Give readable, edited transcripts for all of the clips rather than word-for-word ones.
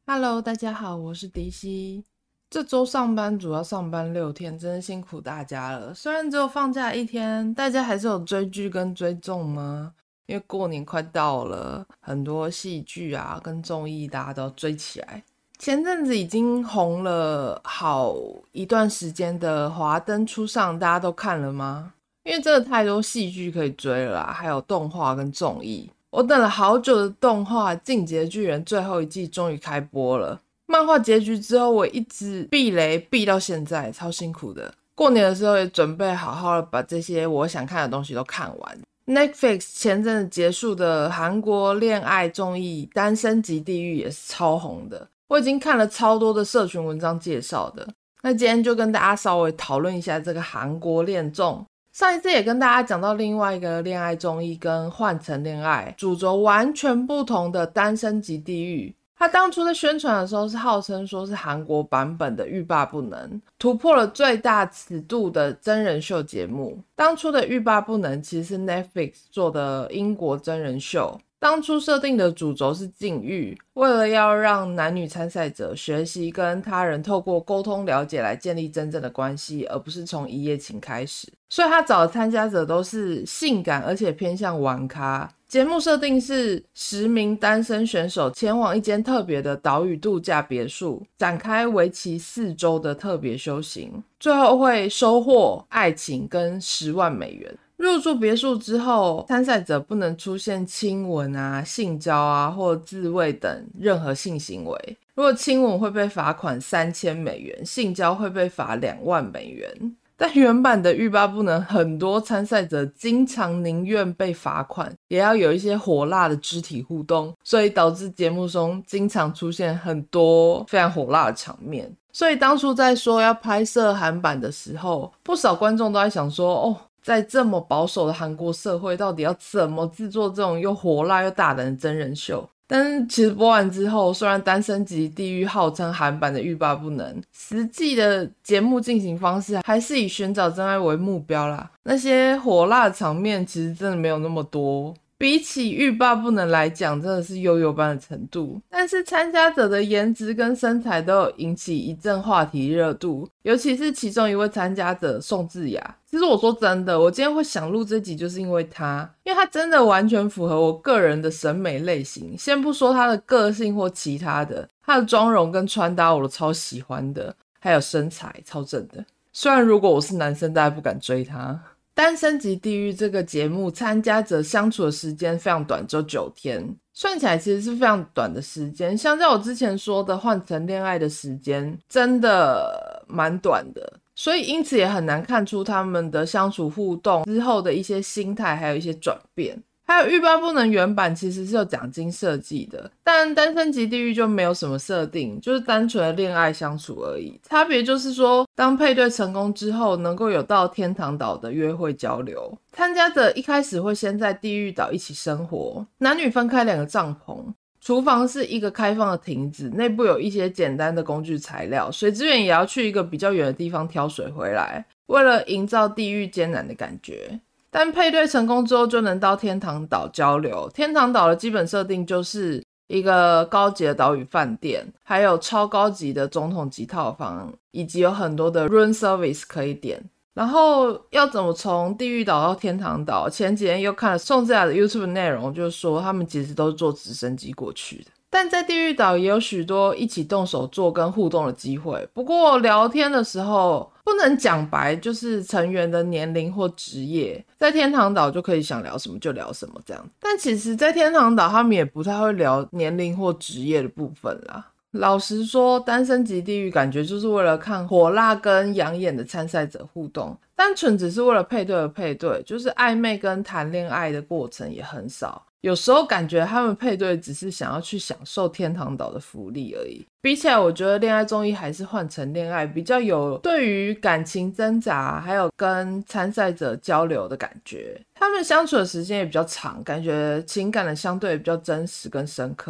Hello，大家好，我是迪西。这周上班主要上班6天，真的辛苦大家了。虽然只有放假1天，大家还是有追剧跟追综吗？因为过年快到了，很多戏剧啊跟综艺大家都追起来。前阵子已经红了好一段时间的《华灯初上》，大家都看了吗？因为真的太多戏剧可以追了啦，还有动画跟综艺。我等了好久的动画《进击的巨人》最后一季终于开播了。漫画结局之后，我一直避雷避到现在，超辛苦的。过年的时候也准备好好的把这些我想看的东西都看完。Netflix 前阵子结束的韩国恋爱综艺《单身即地狱》也是超红的，我已经看了超多的社群文章介绍的。那今天就跟大家稍微讨论一下这个韩国恋综。上一次也跟大家讲到另外一个恋爱综艺跟换乘恋爱主轴完全不同的单身即地狱，他当初在宣传的时候是号称说是韩国版本的欲罢不能，突破了最大尺度的真人秀节目。当初的欲罢不能其实是 Netflix 做的英国真人秀，当初设定的主轴是禁欲，为了要让男女参赛者学习跟他人透过沟通了解来建立真正的关系，而不是从一夜情开始，所以他找的参加者都是性感而且偏向玩咖。节目设定是10名单身选手前往一间特别的岛屿度假别墅，展开为期4周的特别修行，最后会收获爱情跟10万美元。入住别墅之后，参赛者不能出现亲吻啊、性交啊或自慰等任何性行为。如果亲吻会被罚款3000美元，性交会被罚2万美元。但原版的欲罢不能，很多参赛者经常宁愿被罚款，也要有一些火辣的肢体互动，所以导致节目中经常出现很多非常火辣的场面。所以当初在说要拍摄韩版的时候，不少观众都在想说，在这么保守的韩国社会，到底要怎么制作这种又火辣又大胆的真人秀？但是其实播完之后，虽然单身即地狱号称韩版的欲罢不能，实际的节目进行方式还是以寻找真爱为目标啦。那些火辣的场面其实真的没有那么多，比起欲罢不能来讲，真的是悠悠般的程度。但是参加者的颜值跟身材都有引起一阵话题热度，尤其是其中一位参加者宋智雅。其实我说真的，我今天会想录这集就是因为他真的完全符合我个人的审美类型。先不说他的个性或其他的，他的妆容跟穿搭我都超喜欢的，还有身材超正的。虽然如果我是男生，大家不敢追他。单身即地狱这个节目参加者相处的时间非常短，只有9天，算起来其实是非常短的时间，相较我之前说的换乘恋爱的时间真的蛮短的，所以因此也很难看出他们的相处互动之后的一些心态还有一些转变。还有欲罢不能原版其实是有奖金设计的，但单身即地狱就没有什么设定，就是单纯的恋爱相处而已。差别就是说，当配对成功之后，能够有到天堂岛的约会交流。参加者一开始会先在地狱岛一起生活，男女分开2个帐篷，厨房是一个开放的亭子，内部有一些简单的工具材料，水资源也要去一个比较远的地方挑水回来，为了营造地狱艰难的感觉。但配对成功之后就能到天堂岛交流。天堂岛的基本设定就是一个高级的岛屿饭店，还有超高级的总统级套房，以及有很多的 room service 可以点。然后要怎么从地狱岛到天堂岛，前几天又看了宋智雅的 YouTube 内容，就是说他们其实都是坐直升机过去的。但在地狱岛也有许多一起动手做跟互动的机会，不过聊天的时候不能讲白，就是成员的年龄或职业。在天堂岛就可以想聊什么就聊什么这样，但其实在天堂岛他们也不太会聊年龄或职业的部分啦。老实说，单身即地狱感觉就是为了看火辣跟养眼的参赛者互动，单纯只是为了配对而配对，就是暧昧跟谈恋爱的过程也很少。有时候感觉他们配对只是想要去享受天堂岛的福利而已。比起来，我觉得恋爱综艺还是换乘恋爱比较有对于感情挣扎还有跟参赛者交流的感觉，他们相处的时间也比较长，感觉情感的相对比较真实跟深刻。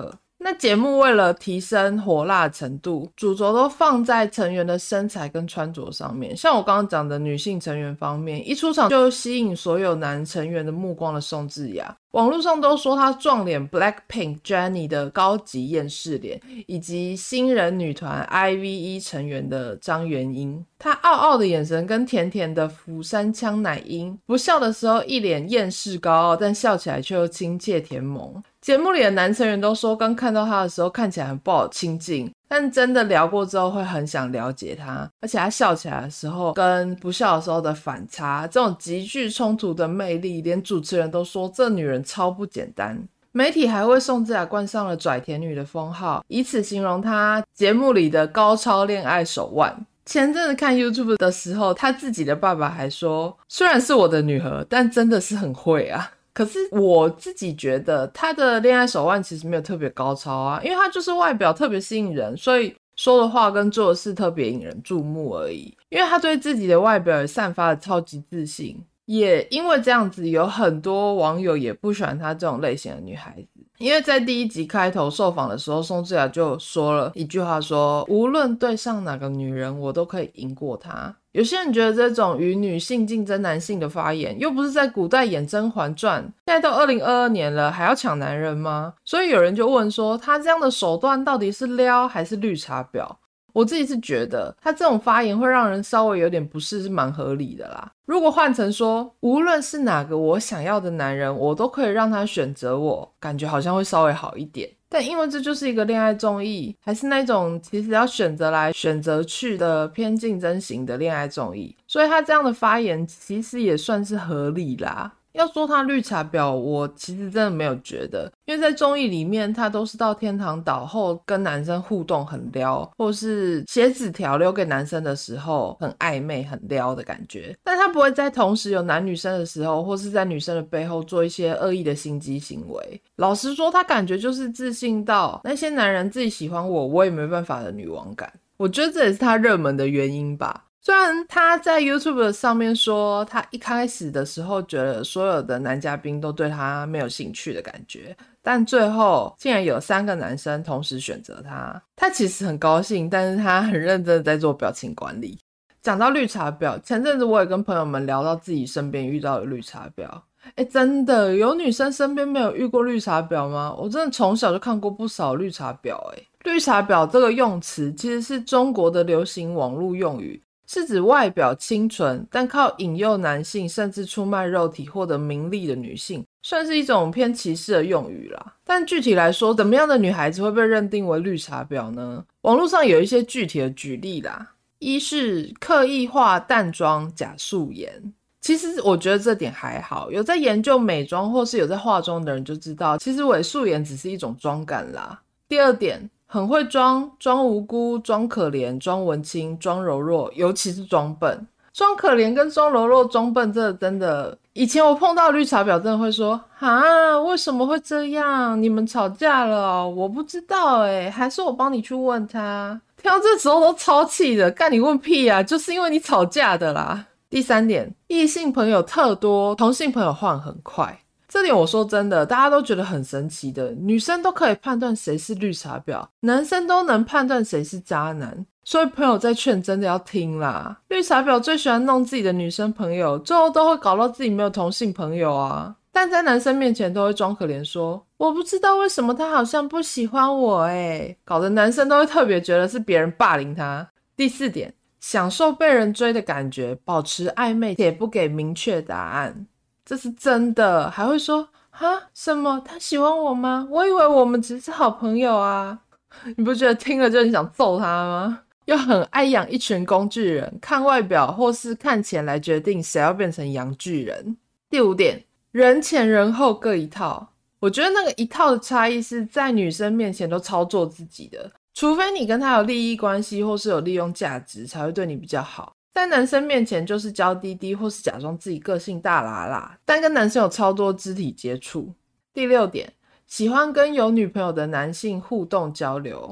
那节目为了提升火辣程度，主轴都放在成员的身材跟穿着上面。像我刚刚讲的女性成员方面，一出场就吸引所有男成员的目光的宋智雅，网络上都说她撞脸 Blackpink Jennie 的高级厌世脸，以及新人女团 IVE 成员的张元英。她傲傲的眼神跟甜甜的釜山腔奶音，不笑的时候一脸厌世高傲，但笑起来却又亲切甜萌。节目里的男成员都说刚看到他的时候看起来很不好亲近，但真的聊过之后会很想了解他，而且他笑起来的时候跟不笑的时候的反差，这种极具冲突的魅力，连主持人都说这女人超不简单。媒体还为宋智雅冠上了拽甜女的封号，以此形容她节目里的高超恋爱手腕。前阵子看 YouTube 的时候，她自己的爸爸还说，虽然是我的女儿，但真的是很会啊。可是我自己觉得她的恋爱手腕其实没有特别高超啊，因为她就是外表特别吸引人，所以说的话跟做的事特别引人注目而已。因为她对自己的外表也散发了超级自信，也因为这样子有很多网友也不喜欢她这种类型的女孩子。因为在第一集开头受访的时候，宋智雅就说了一句话说，无论对上哪个女人我都可以赢过她。有些人觉得这种与女性竞争男性的发言，又不是在古代演甄嬛传，现在都2022年了还要抢男人吗？所以有人就问说，他这样的手段到底是撩还是绿茶婊？我自己是觉得他这种发言会让人稍微有点不适是蛮合理的啦。如果换成说无论是哪个我想要的男人我都可以让他选择我，感觉好像会稍微好一点。但因为这就是一个恋爱综艺，还是那种其实要选择来选择去的偏竞争型的恋爱综艺，所以他这样的发言其实也算是合理啦。要说他绿茶婊，我其实真的没有觉得，因为在综艺里面他都是到天堂岛后跟男生互动很撩，或是写纸条留给男生的时候很暧昧很撩的感觉，但他不会在同时有男女生的时候，或是在女生的背后做一些恶意的心机行为。老实说，他感觉就是自信到那些男人自己喜欢我，我也没办法的女王感。我觉得这也是他热门的原因吧。虽然他在 YouTube 上面说他一开始的时候觉得所有的男嘉宾都对他没有兴趣的感觉，但最后竟然有3个男生同时选择他，他其实很高兴，但是他很认真的在做表情管理。讲到绿茶婊，前阵子我也跟朋友们聊到自己身边遇到的绿茶婊。真的有女生身边没有遇过绿茶婊吗？我真的从小就看过不少绿茶婊。绿茶婊这个用词其实是中国的流行网络用语，是指外表清纯但靠引诱男性甚至出卖肉体获得名利的女性，算是一种偏歧视的用语啦。但具体来说，怎么样的女孩子会被认定为绿茶婊呢？网络上有一些具体的举例啦。一是刻意化淡妆假素颜，其实我觉得这点还好，有在研究美妆或是有在化妆的人就知道，其实伪素颜只是一种妆感啦。第二点，很会装无辜、装可怜、装文青、装柔弱，尤其是装笨。装可怜跟装柔弱、装笨，这真的，以前我碰到绿茶婊真的会说，为什么会这样？你们吵架了哦？我不知道还是我帮你去问他。听到这时候都超气的，干你问屁啊，就是因为你吵架的啦。第三点，异性朋友特多，同性朋友换很快。这点我说真的，大家都觉得很神奇的，女生都可以判断谁是绿茶婊，男生都能判断谁是渣男，所以朋友在劝真的要听啦。绿茶婊最喜欢弄自己的女生朋友，最后都会搞到自己没有同性朋友啊，但在男生面前都会装可怜说，我不知道为什么他好像不喜欢我搞得男生都会特别觉得是别人霸凌他。第四点，享受被人追的感觉，保持暧昧且不给明确答案，这是真的。还会说什么他喜欢我吗？我以为我们只是好朋友啊。你不觉得听了就很想揍他吗？又很爱养一群工具人，看外表或是看钱来决定谁要变成洋巨人。第五点，人前人后各一套。我觉得那个一套的差异是在女生面前都操作自己的，除非你跟他有利益关系或是有利用价值才会对你比较好，在男生面前就是娇滴滴或是假装自己个性大喇喇，但跟男生有超多肢体接触。第六点，喜欢跟有女朋友的男性互动交流。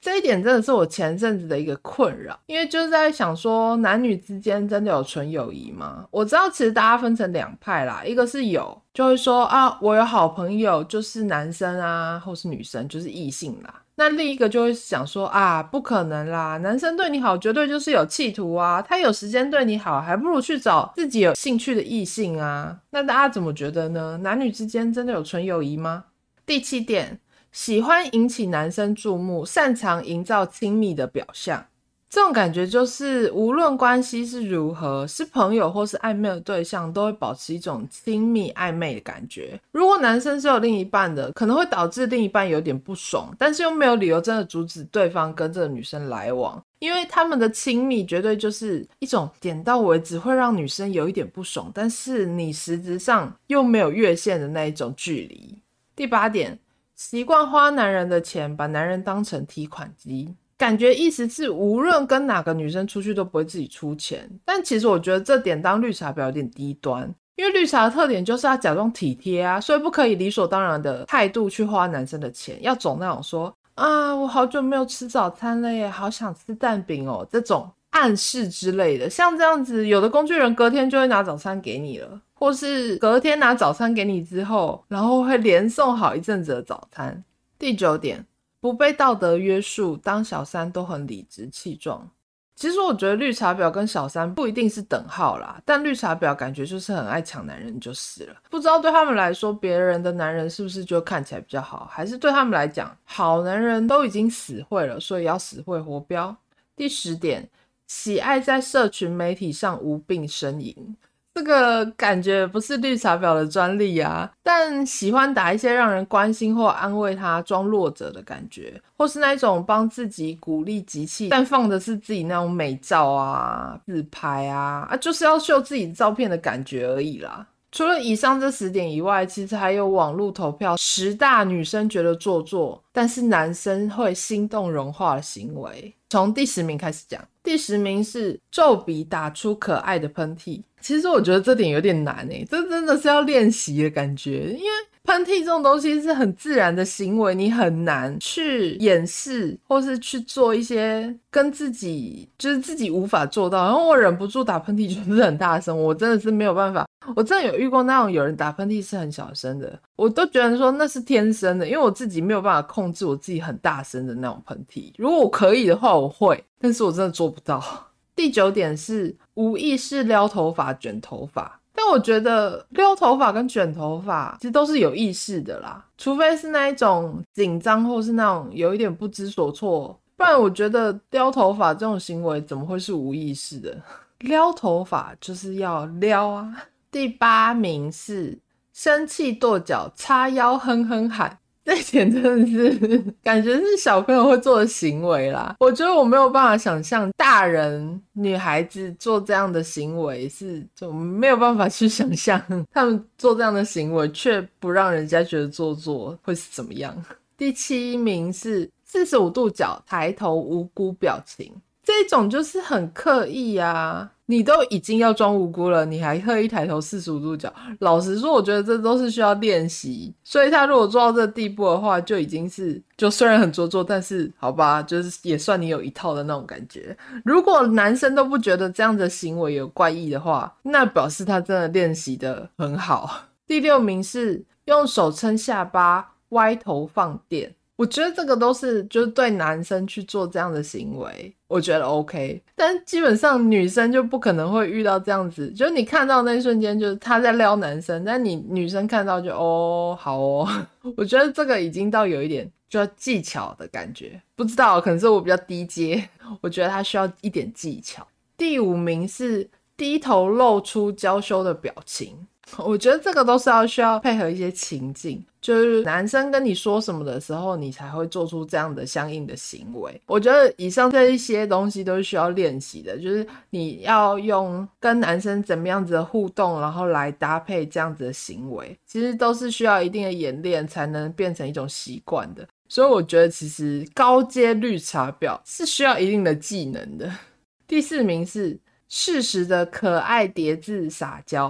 这一点真的是我前阵子的一个困扰，因为就是在想说男女之间真的有纯友谊吗？我知道其实大家分成两派啦，一个是有，就会说啊，我有好朋友就是男生啊，或是女生就是异性啦。那另一个就会想说啊，不可能啦，男生对你好绝对就是有企图啊，他有时间对你好，还不如去找自己有兴趣的异性啊。那大家怎么觉得呢？男女之间真的有纯友谊吗？第7点，喜欢引起男生注目，擅长营造亲密的表象。这种感觉就是无论关系是如何，是朋友或是暧昧的对象，都会保持一种亲密暧昧的感觉。如果男生是有另一半的，可能会导致另一半有点不爽，但是又没有理由真的阻止对方跟这个女生来往，因为他们的亲密绝对就是一种点到为止，会让女生有一点不爽，但是你实质上又没有越线的那一种距离。第8点，习惯花男人的钱，把男人当成提款机。感觉意思是无论跟哪个女生出去都不会自己出钱，但其实我觉得这点当绿茶婊有点低端，因为绿茶的特点就是要假装体贴啊，所以不可以理所当然的态度去花男生的钱，要走那种说啊我好久没有吃早餐了耶，好想吃蛋饼哦，这种暗示之类的。像这样子有的工具人隔天就会拿早餐给你了，或是隔天拿早餐给你之后，然后会连送好一阵子的早餐。第9点，不被道德约束，当小三都很理直气壮。其实我觉得绿茶婊跟小三不一定是等号啦，但绿茶婊感觉就是很爱抢男人就是了。不知道对他们来说别人的男人是不是就看起来比较好，还是对他们来讲好男人都已经死会了，所以要死会活标。第10点，喜爱在社群媒体上无病呻吟。这个感觉不是绿茶婊的专利啊，但喜欢打一些让人关心或安慰他装弱者的感觉，或是那种帮自己鼓励集气，但放的是自己那种美照啊自拍啊，就是要秀自己照片的感觉而已啦。除了以上这10点以外，其实还有网络投票10大女生觉得做作但是男生会心动融化的行为。从第10名开始讲。第10名是皱笔打出可爱的喷嚏。其实我觉得这点有点难耶，这真的是要练习的感觉，因为喷嚏这种东西是很自然的行为，你很难去掩饰或是去做一些跟自己就是自己无法做到。然后我忍不住打喷嚏就是很大声，我真的是没有办法。我真的有遇过那种有人打喷嚏是很小声的，我都觉得说那是天生的，因为我自己没有办法控制我自己很大声的那种喷嚏。如果我可以的话我会，但是我真的做不到。第9点是无意识撩头发卷头发。但我觉得撩头发跟卷头发其实都是有意识的啦，除非是那一种紧张或是那种有一点不知所措，不然我觉得撩头发这种行为怎么会是无意识的？撩头发就是要撩啊。第8名是生气跺脚叉腰哼哼喊。这一点真的是感觉是小朋友会做的行为啦，我觉得我没有办法想象大人女孩子做这样的行为，是就没有办法去想象他们做这样的行为却不让人家觉得做作会是怎么样。第7名是45度角抬头无辜表情。这种就是很刻意啊，你都已经要装无辜了，你还特意抬头45度角。老实说我觉得这都是需要练习，所以他如果做到这个地步的话，就已经是就虽然很做作，但是好吧，就是也算你有一套的那种感觉。如果男生都不觉得这样的行为有怪异的话，那表示他真的练习的很好。第6名是用手撑下巴歪头放电。我觉得这个都是就是对男生去做这样的行为我觉得 OK， 但基本上女生就不可能会遇到这样子，就是你看到那一瞬间就是他在撩男生，但你女生看到就哦好哦我觉得这个已经到有一点就要技巧的感觉，不知道可能是我比较低阶，我觉得他需要一点技巧。第5名是低头露出娇羞的表情。我觉得这个都是需要配合一些情境，就是男生跟你说什么的时候你才会做出这样的相应的行为。我觉得以上这一些东西都是需要练习的，就是你要用跟男生怎么样子的互动然后来搭配这样子的行为，其实都是需要一定的演练才能变成一种习惯的。所以我觉得其实高阶绿茶婊是需要一定的技能的。第4名是适时的可爱叠字撒娇。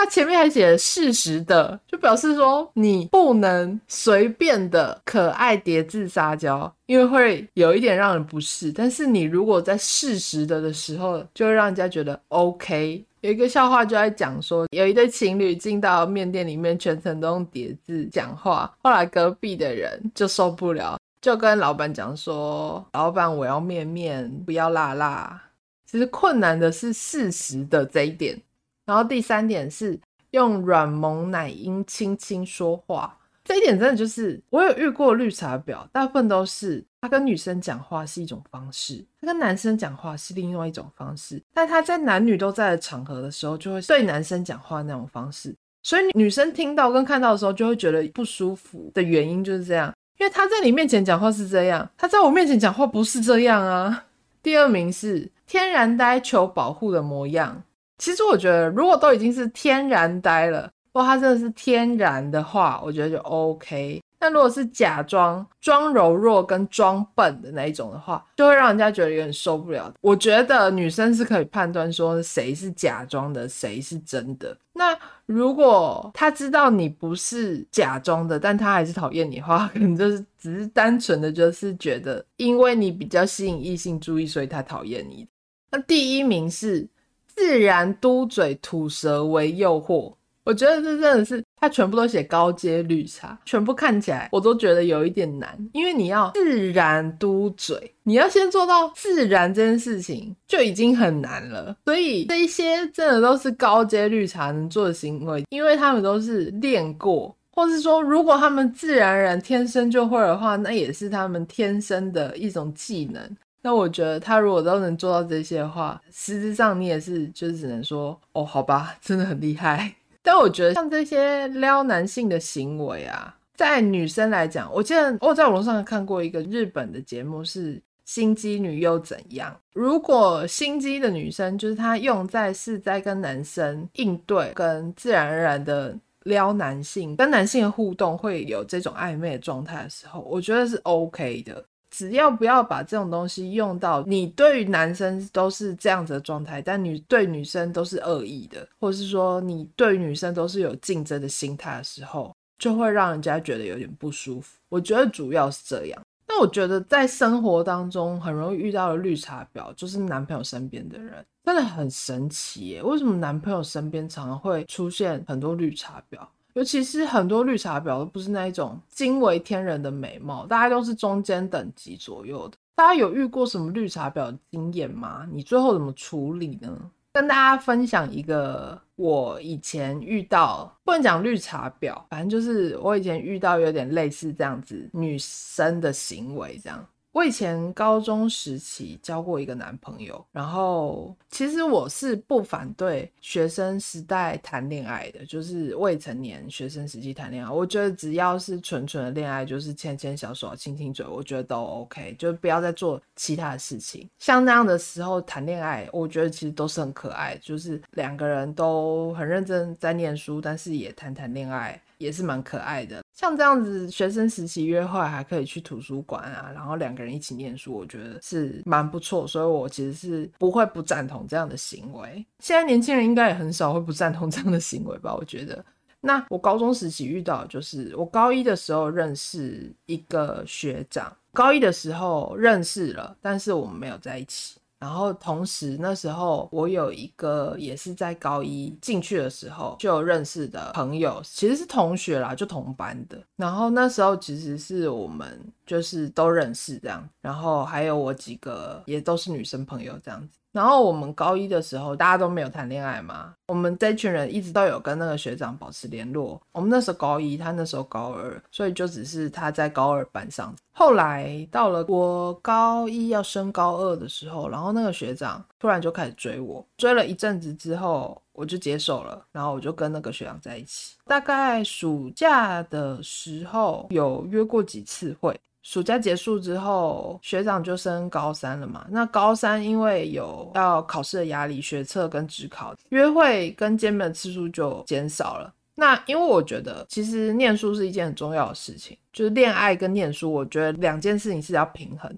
他前面还写了适时的，就表示说你不能随便的可爱叠字撒娇，因为会有一点让人不适，但是你如果在适时的时候，就会让人家觉得 OK。有一个笑话就在讲说，有一对情侣进到面店里面，全程都用叠字讲话，后来隔壁的人就受不了，就跟老板讲说，老板我要面面，不要辣辣。其实困难的是适时的这一点。然后第3点是用软萌奶音轻轻说话，这一点真的就是我有遇过绿茶婊，大部分都是他跟女生讲话是一种方式，他跟男生讲话是另外一种方式，但他在男女都在的场合的时候就会对男生讲话那种方式，所以女生听到跟看到的时候就会觉得不舒服的原因就是这样，因为他在你面前讲话是这样，他在我面前讲话不是这样啊。第2名是天然呆求保护的模样，其实我觉得如果都已经是天然呆了，如果他真的是天然的话，我觉得就 OK。但如果是假装、装柔弱跟装笨的那一种的话，就会让人家觉得有点受不了。我觉得女生是可以判断说谁是假装的，谁是真的。那如果他知道你不是假装的，但他还是讨厌你的话，可能就是只是单纯的就是觉得因为你比较吸引异性注意，所以他讨厌你。那第1名是自然嘟嘴吐舌为诱惑，我觉得这真的是他全部都写高阶绿茶，全部看起来我都觉得有一点难，因为你要自然嘟嘴，你要先做到自然这件事情就已经很难了，所以这一些真的都是高阶绿茶能做的行为，因为他们都是练过，或是说如果他们自然而然天生就会的话，那也是他们天生的一种技能。那我觉得他如果都能做到这些的话，实质上你也是就只能说哦好吧，真的很厉害。但我觉得像这些撩男性的行为啊，在女生来讲，我记得我在网络上看过一个日本的节目是心机女又怎样。如果心机的女生就是她用在是在跟男生应对跟自然而然的撩男性，跟男性的互动会有这种暧昧的状态的时候，我觉得是 OK 的，只要不要把这种东西用到你对于男生都是这样子的状态，但你对女生都是恶意的，或是说你对女生都是有竞争的心态的时候，就会让人家觉得有点不舒服。我觉得主要是这样。那我觉得在生活当中很容易遇到的绿茶婊就是男朋友身边的人，真的很神奇耶，为什么男朋友身边常常会出现很多绿茶婊，尤其是很多绿茶婊都不是那一种惊为天人的美貌，大概都是中间等级左右的。大家有遇过什么绿茶婊的经验吗？你最后怎么处理呢？跟大家分享一个我以前遇到，不能讲绿茶婊，反正就是我以前遇到有点类似这样子女生的行为这样。我以前高中时期交过一个男朋友，然后其实我是不反对学生时代谈恋爱的，就是未成年学生时期谈恋爱，我觉得只要是纯纯的恋爱，就是牵牵小手亲亲嘴，我觉得都 OK， 就不要再做其他的事情。像那样的时候谈恋爱，我觉得其实都是很可爱，就是两个人都很认真在念书，但是也谈恋爱，也是蛮可爱的。像这样子学生时期约会还可以去图书馆啊，然后两个人一起念书，我觉得是蛮不错，所以我其实是不会不赞同这样的行为。现在年轻人应该也很少会不赞同这样的行为吧，我觉得。那我高中时期遇到的就是我高一的时候认识一个学长，高一的时候认识了，但是我们没有在一起。然后同时那时候我有一个也是在高一进去的时候就有认识的朋友，其实是同学啦，就同班的。然后那时候其实是我们就是都认识这样，然后还有我几个也都是女生朋友这样子。然后我们高一的时候大家都没有谈恋爱嘛，我们这群人一直都有跟那个学长保持联络。我们那时候高一，他那时候高二，所以就只是他在高二班上。后来到了我高一要升高二的时候，然后那个学长突然就开始追我，追了一阵子之后我就接受了，然后我就跟那个学长在一起。大概暑假的时候有约过几次会，暑假结束之后学长就升高三了嘛，那高三因为有要考试的压力，学测跟指考，约会跟见面的次数就减少了。那因为我觉得其实念书是一件很重要的事情，就是恋爱跟念书我觉得两件事情是要平衡的。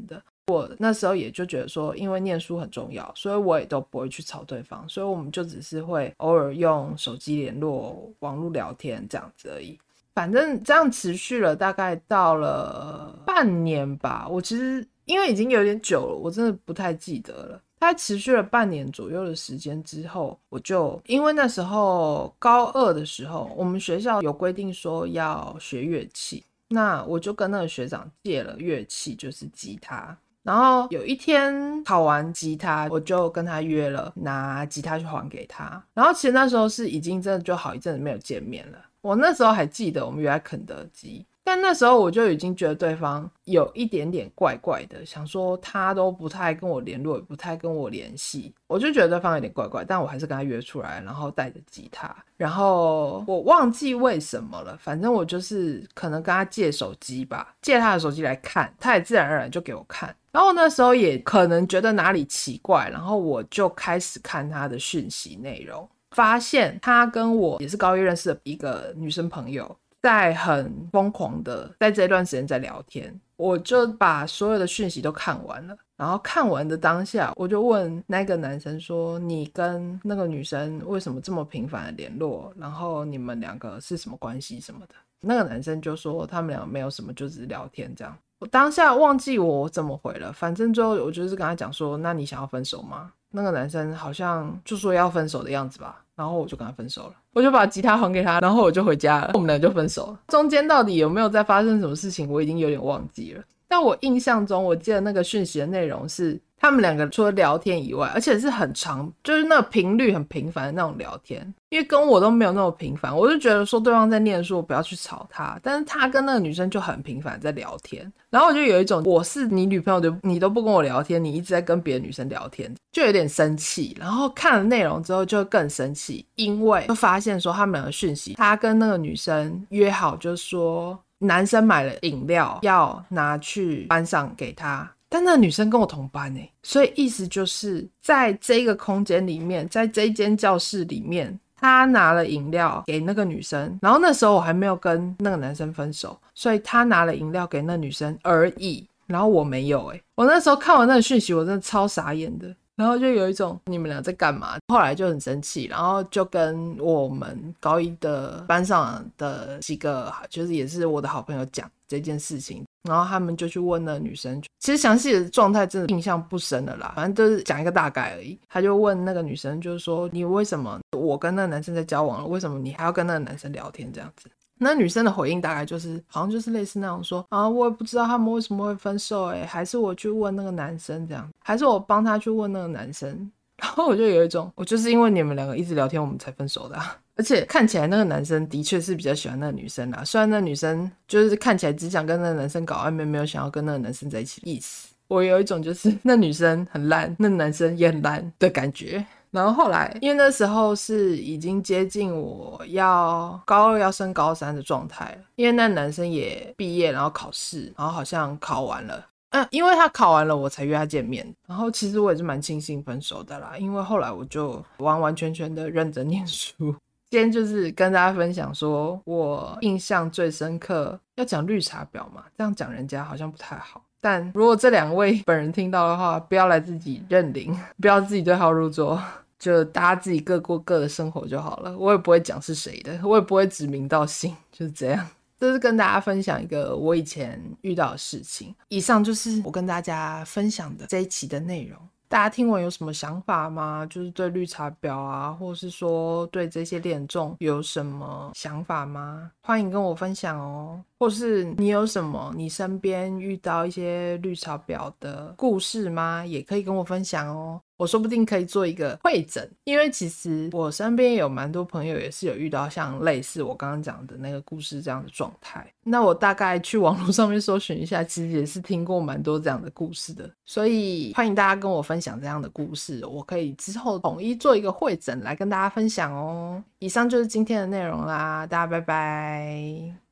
我那时候也就觉得说因为念书很重要，所以我也都不会去吵对方，所以我们就只是会偶尔用手机联络、网络聊天这样子而已。反正这样持续了大概到了半年吧，我其实因为已经有点久了，我真的不太记得了。大概持续了半年左右的时间之后，我就因为那时候高2的时候，我们学校有规定说要学乐器，那我就跟那个学长借了乐器，就是吉他。然后有一天考完吉他，我就跟他约了拿吉他去还给他。然后其实那时候是已经真的就好一阵子没有见面了。我那时候还记得我们约在肯德基，但那时候我就已经觉得对方有一点点怪怪的，想说他都不太跟我联络，也不太跟我联系，我就觉得对方有点怪怪，但我还是跟他约出来，然后带着吉他。然后我忘记为什么了，反正我就是可能跟他借手机吧，借他的手机来看，他也自然而然就给我看。然后那时候也可能觉得哪里奇怪，然后我就开始看他的讯息内容，发现他跟我也是高一认识的一个女生朋友在很疯狂的在这段时间在聊天。我就把所有的讯息都看完了，然后看完的当下我就问那个男生说，你跟那个女生为什么这么频繁的联络，然后你们两个是什么关系什么的。那个男生就说他们两个没有什么，就只是聊天这样。我当下忘记我怎么回了，反正最后我就是跟他讲说，那你想要分手吗？那个男生好像就说要分手的样子吧，然后我就跟他分手了，我就把吉他还给他，然后我就回家了，我们俩就分手了。中间到底有没有再发生什么事情我已经有点忘记了，但我印象中我记得那个讯息的内容是他们两个除了聊天以外，而且是很长，就是那个频率很频繁的那种聊天，因为跟我都没有那么频繁，我就觉得说对方在念书，我不要去吵他，但是他跟那个女生就很频繁在聊天，然后我就有一种我是你女朋友的，你都不跟我聊天，你一直在跟别的女生聊天，就有点生气。然后看了内容之后就更生气，因为就发现说他们两个讯息，他跟那个女生约好，就是说男生买了饮料要拿去班上给他，但那个女生跟我同班耶，所以意思就是在这个空间里面，在这间教室里面，他拿了饮料给那个女生，然后那时候我还没有跟那个男生分手，所以他拿了饮料给那女生而已，然后我没有耶。我那时候看完那个讯息我真的超傻眼的，然后就有一种你们俩在干嘛，后来就很生气，然后就跟我们高一的班上的几个就是也是我的好朋友讲这件事情，然后他们就去问那个女生，其实详细的状态真的印象不深了啦，反正就是讲一个大概而已。他就问那个女生，就是说你为什么我跟那个男生在交往了，为什么你还要跟那个男生聊天这样子。那女生的回应大概就是好像就是类似那种说啊，我也不知道他们为什么会分手还是我去问那个男生这样，还是我帮他去问那个男生。然后我就有一种我就是因为你们两个一直聊天我们才分手的啊。而且看起来那个男生的确是比较喜欢那个女生啦，虽然那女生就是看起来只想跟那个男生搞暧昧，没有想要跟那个男生在一起的意思。我有一种就是那女生很烂，那男生也很烂的感觉。然后后来因为那时候是已经接近我要高2要升高3的状态了，因为那男生也毕业然后考试，然后好像考完了，因为他考完了我才约他见面。然后其实我也是蛮庆幸分手的啦，因为后来我就完完全全的认真念书。今天就是跟大家分享说我印象最深刻，要讲绿茶婊嘛，这样讲人家好像不太好，但如果这2位本人听到的话，不要来自己认领，不要自己对号入座，就大家自己各过各的生活就好了，我也不会讲是谁的，我也不会指名道姓，就是这样。这是跟大家分享一个我以前遇到的事情。以上就是我跟大家分享的这一期的内容。大家听完有什么想法吗？就是对绿茶婊啊，或是说对这些恋综有什么想法吗？欢迎跟我分享哦。或是你有什么你身边遇到一些绿茶婊的故事吗？也可以跟我分享哦，我说不定可以做一个会诊，因为其实我身边有蛮多朋友也是有遇到像类似我刚刚讲的那个故事这样的状态。那我大概去网络上面搜寻一下，其实也是听过蛮多这样的故事的，所以欢迎大家跟我分享这样的故事，我可以之后统一做一个会诊来跟大家分享哦。以上就是今天的内容啦，大家拜拜。